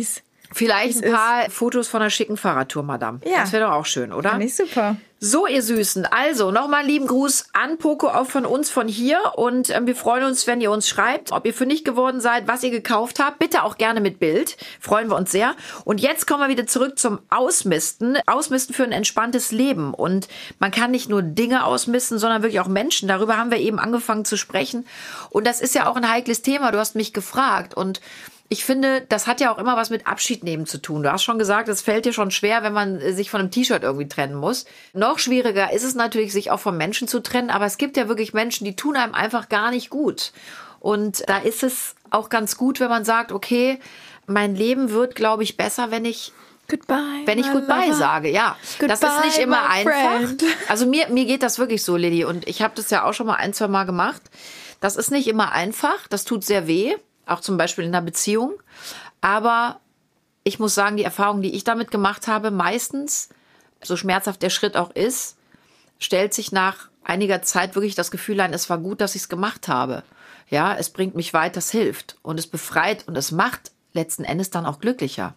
Vielleicht ein paar ist. Fotos von einer schicken Fahrradtour, Madame. Ja. Das wäre doch auch schön, oder? Finde ich super. So, ihr Süßen. Also, nochmal lieben Gruß an Poco, auch von uns, von hier. Und ähm, wir freuen uns, wenn ihr uns schreibt, ob ihr fündig geworden seid, was ihr gekauft habt. Bitte auch gerne mit Bild. Freuen wir uns sehr. Und jetzt kommen wir wieder zurück zum Ausmisten. Ausmisten für ein entspanntes Leben. Und man kann nicht nur Dinge ausmisten, sondern wirklich auch Menschen. Darüber haben wir eben angefangen zu sprechen. Und das ist ja auch ein heikles Thema. Du hast mich gefragt. Und ich finde, das hat ja auch immer was mit Abschied nehmen zu tun. Du hast schon gesagt, es fällt dir schon schwer, wenn man sich von einem T-Shirt irgendwie trennen muss. Noch schwieriger ist es natürlich, sich auch von Menschen zu trennen. Aber es gibt ja wirklich Menschen, die tun einem einfach gar nicht gut. Und da ist es auch ganz gut, wenn man sagt, okay, mein Leben wird, glaube ich, besser, wenn ich Goodbye, wenn ich Goodbye lover. sage. Ja, goodbye, das ist nicht immer einfach. Friend. Also mir, mir geht das wirklich so, Lilly. Und ich habe das ja auch schon mal ein, zwei Mal gemacht. Das ist nicht immer einfach. Das tut sehr weh. Auch zum Beispiel in einer Beziehung. Aber ich muss sagen, die Erfahrung, die ich damit gemacht habe, meistens, so schmerzhaft der Schritt auch ist, stellt sich nach einiger Zeit wirklich das Gefühl ein, es war gut, dass ich es gemacht habe. Ja, es bringt mich weit, das hilft. Und es befreit und es macht letzten Endes dann auch glücklicher.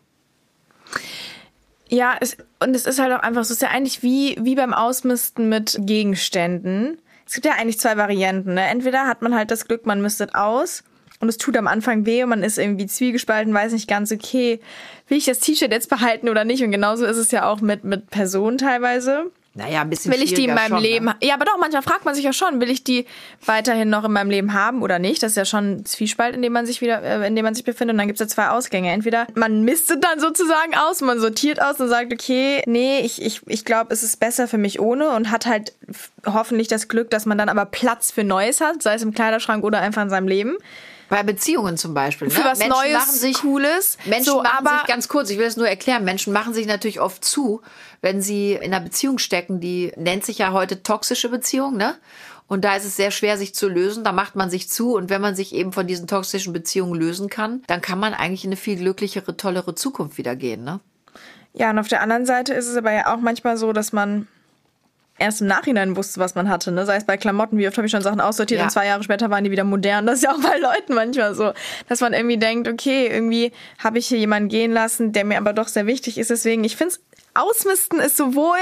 Ja, es, und es ist halt auch einfach so, es ist ja eigentlich wie, wie beim Ausmisten mit Gegenständen. Es gibt ja eigentlich zwei Varianten. Ne? Entweder hat man halt das Glück, man mistet aus. Und es tut am Anfang weh und man ist irgendwie zwiegespalten, weiß nicht ganz, okay, will ich das T-Shirt jetzt behalten oder nicht? Und genauso ist es ja auch mit, mit Personen teilweise. Naja, ein bisschen will ich die in meinem schon, Leben, ne? Ja, aber doch, manchmal fragt man sich ja schon, will ich die weiterhin noch in meinem Leben haben oder nicht? Das ist ja schon ein Zwiespalt, in dem man sich wieder, äh, in dem man sich befindet. Und dann gibt's ja zwei Ausgänge. Entweder man mistet dann sozusagen aus, man sortiert aus und sagt, okay, nee, ich, ich, ich glaube, es ist besser für mich ohne und hat halt hoffentlich das Glück, dass man dann aber Platz für Neues hat, sei es im Kleiderschrank oder einfach in seinem Leben. Bei Beziehungen zum Beispiel. Ne? Für was Menschen Neues, machen sich, Cooles. Menschen so, machen aber sich, ganz kurz, ich will das nur erklären, Menschen machen sich natürlich oft zu, wenn sie in einer Beziehung stecken, die nennt sich ja heute toxische Beziehung, ne? Und da ist es sehr schwer, sich zu lösen, da macht man sich zu und wenn man sich eben von diesen toxischen Beziehungen lösen kann, dann kann man eigentlich in eine viel glücklichere, tollere Zukunft wieder gehen, ne? Ja, und auf der anderen Seite ist es aber ja auch manchmal so, dass man erst im Nachhinein wusste, was man hatte, ne? Sei es bei Klamotten, wie oft habe ich schon Sachen aussortiert ja. und zwei Jahre später waren die wieder modern. Das ist ja auch bei Leuten manchmal so, dass man irgendwie denkt, okay, irgendwie habe ich hier jemanden gehen lassen, der mir aber doch sehr wichtig ist. Deswegen, ich finde es, Ausmisten ist sowohl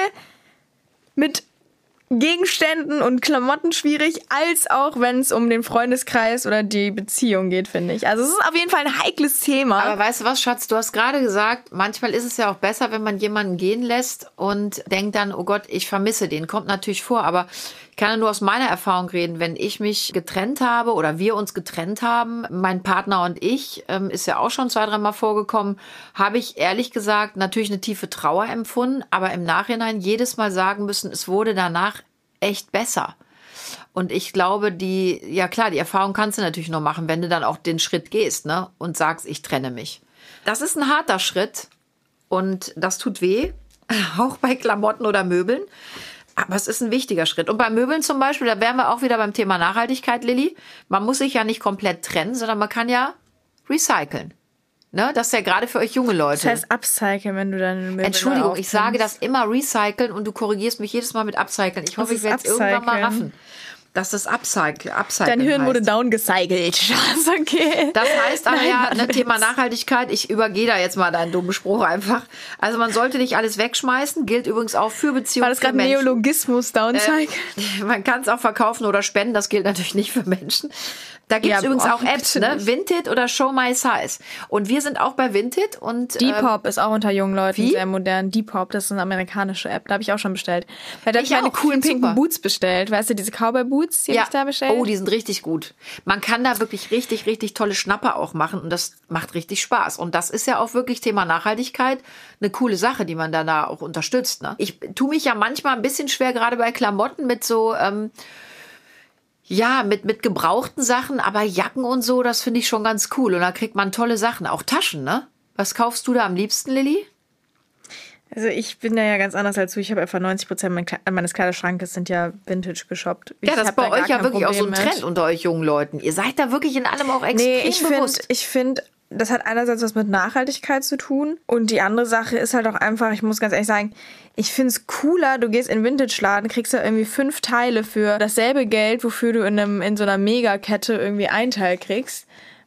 mit Gegenständen und Klamotten schwierig, als auch wenn es um den Freundeskreis oder die Beziehung geht, finde ich. Also es ist auf jeden Fall ein heikles Thema. Aber weißt du was, Schatz, du hast gerade gesagt, manchmal ist es ja auch besser, wenn man jemanden gehen lässt und denkt dann, oh Gott, ich vermisse den. Kommt natürlich vor, aber ich kann ja nur aus meiner Erfahrung reden, wenn ich mich getrennt habe oder wir uns getrennt haben, mein Partner und ich, ähm, ist ja auch schon zwei, dreimal vorgekommen, habe ich ehrlich gesagt natürlich eine tiefe Trauer empfunden, aber im Nachhinein jedes Mal sagen müssen, es wurde danach echt besser. Und ich glaube, die, ja klar, die Erfahrung kannst du natürlich nur machen, wenn du dann auch den Schritt gehst, ne, und sagst, ich trenne mich. Das ist ein harter Schritt und das tut weh, auch bei Klamotten oder Möbeln. Aber es ist ein wichtiger Schritt. Und bei Möbeln zum Beispiel, da wären wir auch wieder beim Thema Nachhaltigkeit, Lilly. Man muss sich ja nicht komplett trennen, sondern man kann ja recyceln. Ne? Das ist ja gerade für euch junge Leute. Das heißt upcyclen, wenn du dann Möbel Entschuldigung, ich sage das immer recyceln und du korrigierst mich jedes Mal mit upcyclen. Ich hoffe, ich werde es irgendwann mal raffen. Dass das Upcycle, Upcycle Dein Hirn heißt. wurde downgecycelt. Schatz, okay. Das heißt aber Nein, ja, ne, alles. Thema Nachhaltigkeit, ich übergehe da jetzt mal deinen dummen Spruch einfach. Also man sollte nicht alles wegschmeißen, gilt übrigens auch für Beziehungen. War das gerade Neologismus, Downcycle? Äh, man kann es auch verkaufen oder spenden, das gilt natürlich nicht für Menschen. Da gibt es Ja, übrigens boah, auch Apps, ne? Vinted oder Show My Size. Und wir sind auch bei Vinted und Depop ist auch unter jungen Leuten wie? sehr modern. Depop, das ist eine amerikanische App. Da habe ich auch schon bestellt. Weil da habe ich Ich meine auch, coolen find's pinken super. Boots bestellt. Weißt du, diese Cowboy-Boots, die ja. hab ich da bestellt? Oh, die sind richtig gut. Man kann da wirklich richtig, richtig tolle Schnapper auch machen und das macht richtig Spaß. Und das ist ja auch wirklich Thema Nachhaltigkeit eine coole Sache, die man da auch unterstützt. Ne? Ich tue mich ja manchmal ein bisschen schwer, gerade bei Klamotten mit so... Ähm, Ja, mit, mit gebrauchten Sachen, aber Jacken und so, das finde ich schon ganz cool. Und da kriegt man tolle Sachen, auch Taschen, ne? Was kaufst du da am liebsten, Lilly? Also ich bin da ja ganz anders als du. Ich habe einfach neunzig Prozent meines Kleiderschrankes sind ja Vintage geshoppt. Ich Ja, das ist bei hab da euch gar ja kein wirklich auch so ein Problem mit. Trend unter euch jungen Leuten. Ihr seid da wirklich in allem auch extrem Nee, ich finde, bewusst. ich finde, das hat einerseits was mit Nachhaltigkeit zu tun und die andere Sache ist halt auch einfach, ich muss ganz ehrlich sagen, ich finde es cooler, du gehst in einen Vintage-Laden, kriegst da irgendwie fünf Teile für dasselbe Geld, wofür du in einem in so einer Megakette irgendwie ein Teil kriegst,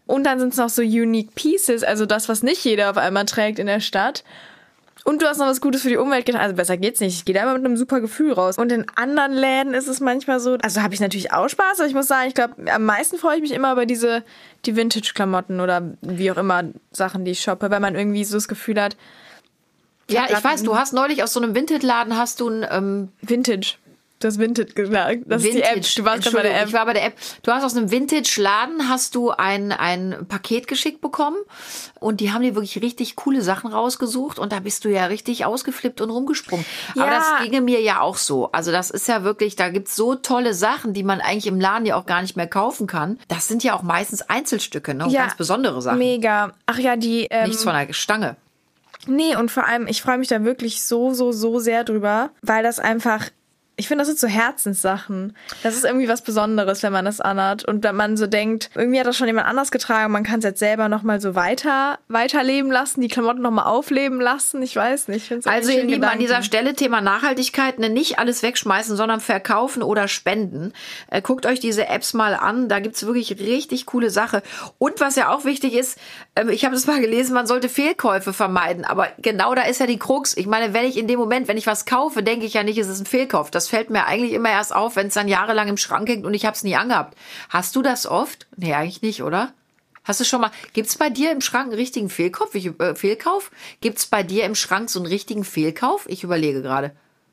Und dann sind es noch so Unique Pieces, also das, was nicht jeder auf einmal trägt in der Stadt. Und du hast noch was Gutes für die Umwelt getan. Also besser geht's nicht. Ich gehe da immer mit einem super Gefühl raus. Und in anderen Läden ist es manchmal so, also habe ich natürlich auch Spaß, aber ich muss sagen, ich glaube, am meisten freue ich mich immer über diese, die Vintage-Klamotten oder wie auch immer Sachen, die ich shoppe, weil man irgendwie so das Gefühl hat. Ja, ich weiß, du hast neulich aus so einem Vintage-Laden hast du ein ähm Vintage. Das Vintage gesagt. Das Vintage. ist die App. Du warst gerade bei der App. Ich war bei der App. Du hast aus einem Vintage-Laden hast du ein, ein Paket geschickt bekommen und die haben dir wirklich richtig coole Sachen rausgesucht und da bist du ja richtig ausgeflippt und rumgesprungen. Ja. Aber das ginge mir ja auch so. Also das ist ja wirklich, da gibt's so tolle Sachen, die man eigentlich im Laden ja auch gar nicht mehr kaufen kann. Das sind ja auch meistens Einzelstücke, ne? Und Ja, ganz besondere Sachen. Mega. Ach ja, die... Ähm, Nichts von der Stange. Nee, und vor allem, ich freue mich da wirklich so, so, so sehr drüber, weil das einfach... Ich finde, das sind so Herzenssachen. Das ist irgendwie was Besonderes, wenn man das anhat. Und wenn man so denkt, irgendwie hat das schon jemand anders getragen, man kann es jetzt selber nochmal so weiter, weiterleben lassen, die Klamotten nochmal aufleben lassen. Ich weiß nicht. Ich also ihr Lieben, Gedanken. an dieser Stelle Thema Nachhaltigkeit, ne, nicht alles wegschmeißen, sondern verkaufen oder spenden. Äh, guckt euch diese Apps mal an, da gibt's wirklich richtig coole Sache. Und was ja auch wichtig ist, äh, ich habe das mal gelesen, man sollte Fehlkäufe vermeiden. Aber genau da ist ja die Krux. Ich meine, wenn ich in dem Moment, wenn ich was kaufe, denke ich ja nicht, es ist ein Fehlkauf. Das fällt mir eigentlich immer erst auf, wenn es dann jahrelang im Schrank hängt und ich habe es nie angehabt. Hast du das oft? Nee, eigentlich nicht, oder? Hast du schon mal, gibt's bei dir im Schrank einen richtigen Fehlkauf? Ich, äh, Fehlkauf? Gibt's bei dir im Schrank so einen richtigen Fehlkauf? Ich überlege gerade.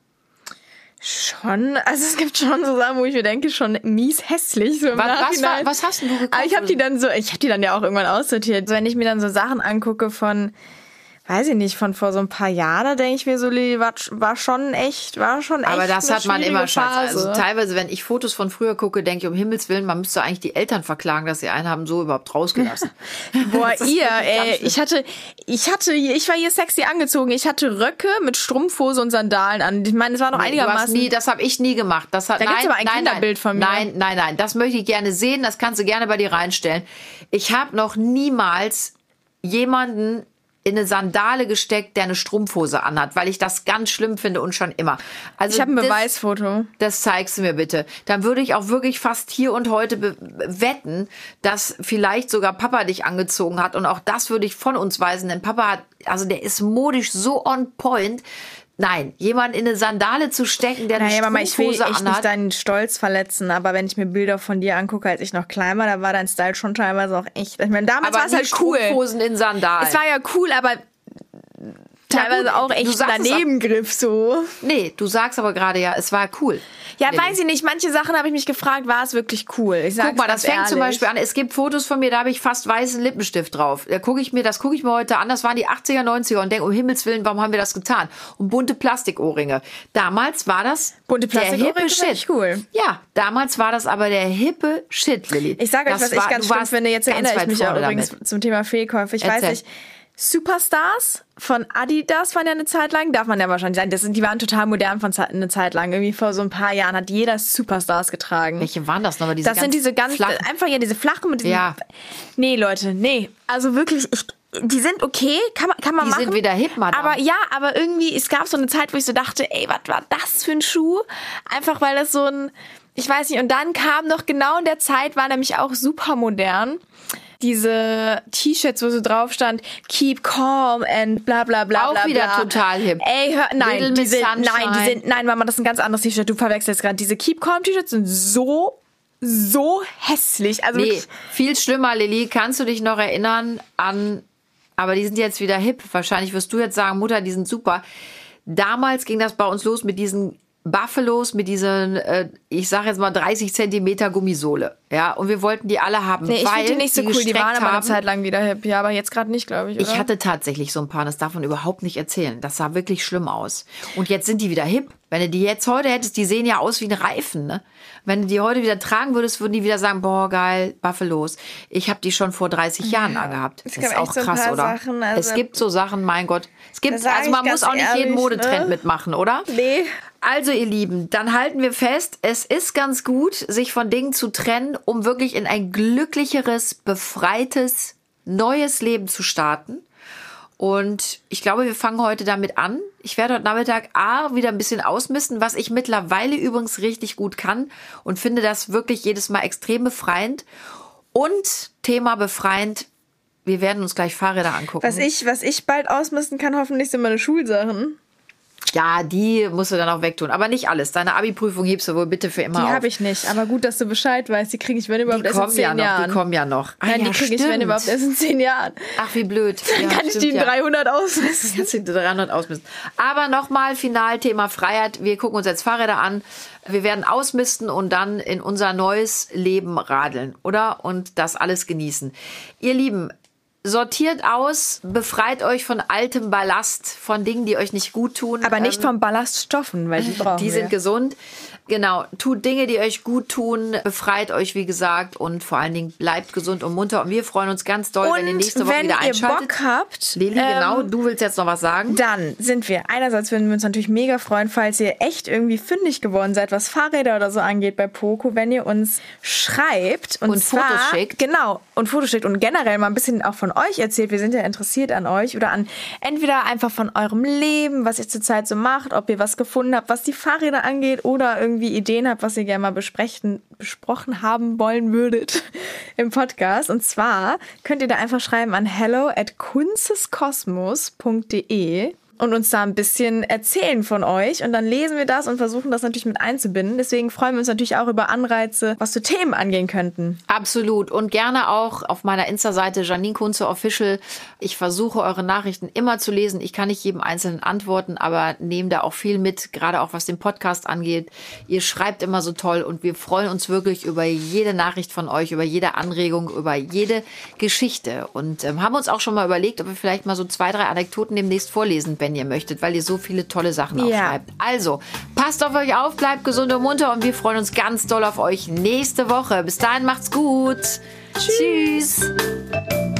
Schon, also es gibt schon so Sachen, wo ich mir denke, schon mies hässlich. So im was, was, war, Nachhinein. was hast denn du gekauft? Aber ich habe die dann so, ich habe die dann ja auch irgendwann aussortiert. So, wenn ich mir dann so Sachen angucke von, weiß ich nicht, von vor so ein paar Jahren, da denke ich mir so, Lili, war, war schon echt, war schon echt Aber das eine hat man immer, schwierige Schatz. Also Phase. teilweise, wenn ich Fotos von früher gucke, denke ich, um Himmels Willen, man müsste eigentlich die Eltern verklagen, dass sie einen haben so überhaupt rausgelassen. Boah, Das ist ihr, wirklich ey, ganz schlimm. ich hatte, ich hatte, ich war hier sexy angezogen. Ich hatte Röcke mit Strumpfhose und Sandalen an. Ich meine, es war noch Nee, du hast einigermaßen. nie, das habe ich nie gemacht. Das hat, Da nein, gibt's aber ein nein, Kinderbild nein, von mir. Nein, nein, nein, das möchte ich gerne sehen. Das kannst du gerne bei dir reinstellen. Ich habe noch niemals jemanden in eine Sandale gesteckt, der eine Strumpfhose anhat, weil ich das ganz schlimm finde und schon immer. Also ich habe ein das- Beweisfoto. Das zeigst du mir bitte. Dann würde ich auch wirklich fast hier und heute be- wetten, dass vielleicht sogar Papa dich angezogen hat. Und auch das würde ich von uns weisen, denn Papa hat, also der ist modisch so on point. Nein, jemanden in eine Sandale zu stecken, der eine Naja, Mama, ich will Strumpfhose echt nicht anhat. deinen Stolz verletzen, aber wenn ich mir Bilder von dir angucke, als ich noch klein war, da war dein Style schon teilweise auch echt. Ich meine, damals war Aber es halt cool. Strumpfhosen in Sandalen. Es war ja cool, aber teilweise gut, auch du echt ein sagst es Danebengriff so. Nee, du sagst aber gerade ja, es war cool. Ja, Lilly. weiß ich nicht. Manche Sachen habe ich mich gefragt, war es wirklich cool? Ich sag's Guck mal, ganz das fängt zum ehrlich. Beispiel an. Es gibt Fotos von mir, da habe ich fast weißen Lippenstift drauf. Da gucke ich mir, das gucke ich mir heute an. Das waren die achtziger, neunziger und denke, um Himmels Willen, warum haben wir das getan? Und bunte Plastikohrringe. Damals war das Bunte der Plastikohrringe hippe finde Shit. ich cool. Ja, damals war das aber der hippe Shit, Lilly. Ich sage euch, Das was war- ich ganz du schlimm warst finde. Jetzt ganz erinnere ich weit mich auch vorne übrigens damit. zum Thema Fehlkäufe. Ich Erzähl. weiß nicht, Superstars von Adidas waren ja eine Zeit lang, darf man ja wahrscheinlich sagen. Das sind, die waren total modern von Ze- eine Zeit lang. Irgendwie vor so ein paar Jahren hat jeder Superstars getragen. Welche waren das nochmal? Diese Das sind diese ganz, flachen- einfach ja diese flachen mit diesen. Ja. Nee, Leute, nee. Also wirklich, ich, die sind okay, kann man, kann man Die machen. sind wieder hip, Madame. Aber ja, aber irgendwie, es gab so eine Zeit, wo ich so dachte, ey, was war das für ein Schuh? Einfach weil das so ein, ich weiß nicht, und dann kam noch genau in der Zeit, war nämlich auch super modern, diese T-Shirts, wo so drauf stand, keep calm and bla bla bla Auch bla wieder bla. total hip. Ey, hör, nein, Little die Miss sind, nein, die Sunshine. sind, nein, Mama, das ist ein ganz anderes T-Shirt, du verwechselst gerade. Diese keep calm T-Shirts sind so, so hässlich. Also Nee, wirklich, viel schlimmer, Lilly. Kannst du dich noch erinnern an, aber die sind jetzt wieder hip. Wahrscheinlich wirst du jetzt sagen, Mutter, die sind super. Damals ging das bei uns los mit diesen Buffalos, mit diesen, äh, ich sag jetzt mal dreißig Zentimeter Gummisohle. Ja, und wir wollten die alle haben, nee, ich weil finde die nicht so cool, die gestreckt waren aber eine haben. Zeit lang wieder hip. Ja, aber jetzt gerade nicht, glaube ich, oder? Ich hatte tatsächlich so ein paar, das darf man überhaupt nicht erzählen. Das sah wirklich schlimm aus. Und jetzt sind die wieder hip. Wenn du die jetzt heute hättest, die sehen ja aus wie ein Reifen, ne? Wenn du die heute wieder tragen würdest, würden die wieder sagen, boah, geil, Buffalos. Ich habe die schon vor dreißig Jahren angehabt. Das gab ist echt auch so ein krass, paar oder? Sachen, also- es gibt so Sachen, mein Gott. Es gibt, Das sag also ich man ganz muss auch nicht jeden ehrlich, Modetrend ne? mitmachen, oder? Nee. Also, ihr Lieben, dann halten wir fest, es ist ganz gut, sich von Dingen zu trennen, um wirklich in ein glücklicheres, befreites, neues Leben zu starten. Und ich glaube, wir fangen heute damit an. Ich werde heute Nachmittag A, wieder ein bisschen ausmisten, was ich mittlerweile übrigens richtig gut kann und finde das wirklich jedes Mal extrem befreiend. Und Thema befreiend, wir werden uns gleich Fahrräder angucken. Was ich, was ich bald ausmisten kann, hoffentlich sind meine Schulsachen. Ja, die musst du dann auch wegtun. Aber nicht alles. Deine Abi-Prüfung hebst du wohl bitte für immer Die auf. habe ich nicht. Aber gut, dass du Bescheid weißt. Die kriege ich, wenn überhaupt, die erst in kommen zehn ja noch, Jahren. Die kommen ja noch. Ah, Nein, ja, die kriege ich, stimmt. wenn überhaupt, erst in zehn Jahren. Ach, wie blöd. Dann Ja, kann ich stimmt, die in ja. dreihundert ausmisten. Kannst du die dreihundert ausmisten. Aber nochmal, final Thema Freiheit. Wir gucken uns jetzt Fahrräder an. Wir werden ausmisten und dann in unser neues Leben radeln, oder? Und das alles genießen. Ihr Lieben, sortiert aus, befreit euch von altem Ballast, von Dingen, die euch nicht gut tun. Aber nicht Ähm, von Ballaststoffen, weil die brauchen Die wir. sind gesund. Genau, tut Dinge, die euch gut tun, befreit euch, wie gesagt, und vor allen Dingen bleibt gesund und munter. Und wir freuen uns ganz doll, Und wenn ihr nächste Woche wenn wieder ihr einschaltet. Bock habt, Lili, ähm, genau, du willst jetzt noch was sagen? Dann sind wir, einerseits würden wir uns natürlich mega freuen, falls ihr echt irgendwie fündig geworden seid, was Fahrräder oder so angeht bei Poco, wenn ihr uns schreibt. Und, Und zwar, Fotos schickt. Genau, und Fotos schickt und generell mal ein bisschen auch von euch erzählt. Wir sind ja interessiert an euch oder an entweder einfach von eurem Leben, was ihr zurzeit so macht, ob ihr was gefunden habt, was die Fahrräder angeht oder irgendwie Ideen habt, was ihr gerne mal besprechen, besprochen haben wollen würdet im Podcast. Und zwar könnt ihr da einfach schreiben an hello at kunsteskosmos punkt de und uns da ein bisschen erzählen von euch. Und dann lesen wir das und versuchen das natürlich mit einzubinden. Deswegen freuen wir uns natürlich auch über Anreize, was für Themen angehen könnten. Absolut. Und gerne auch auf meiner Insta-Seite Janine Kunze Official. Ich versuche, eure Nachrichten immer zu lesen. Ich kann nicht jedem Einzelnen antworten, aber nehme da auch viel mit, gerade auch was den Podcast angeht. Ihr schreibt immer so toll und wir freuen uns wirklich über jede Nachricht von euch, über jede Anregung, über jede Geschichte. Und ähm, haben uns auch schon mal überlegt, ob wir vielleicht mal so zwei, drei Anekdoten demnächst vorlesen, wenn ihr möchtet, weil ihr so viele tolle Sachen Ja. aufschreibt. Also, passt auf euch auf, bleibt gesund und munter und wir freuen uns ganz doll auf euch nächste Woche. Bis dahin macht's gut. Tschüss. Tschüss.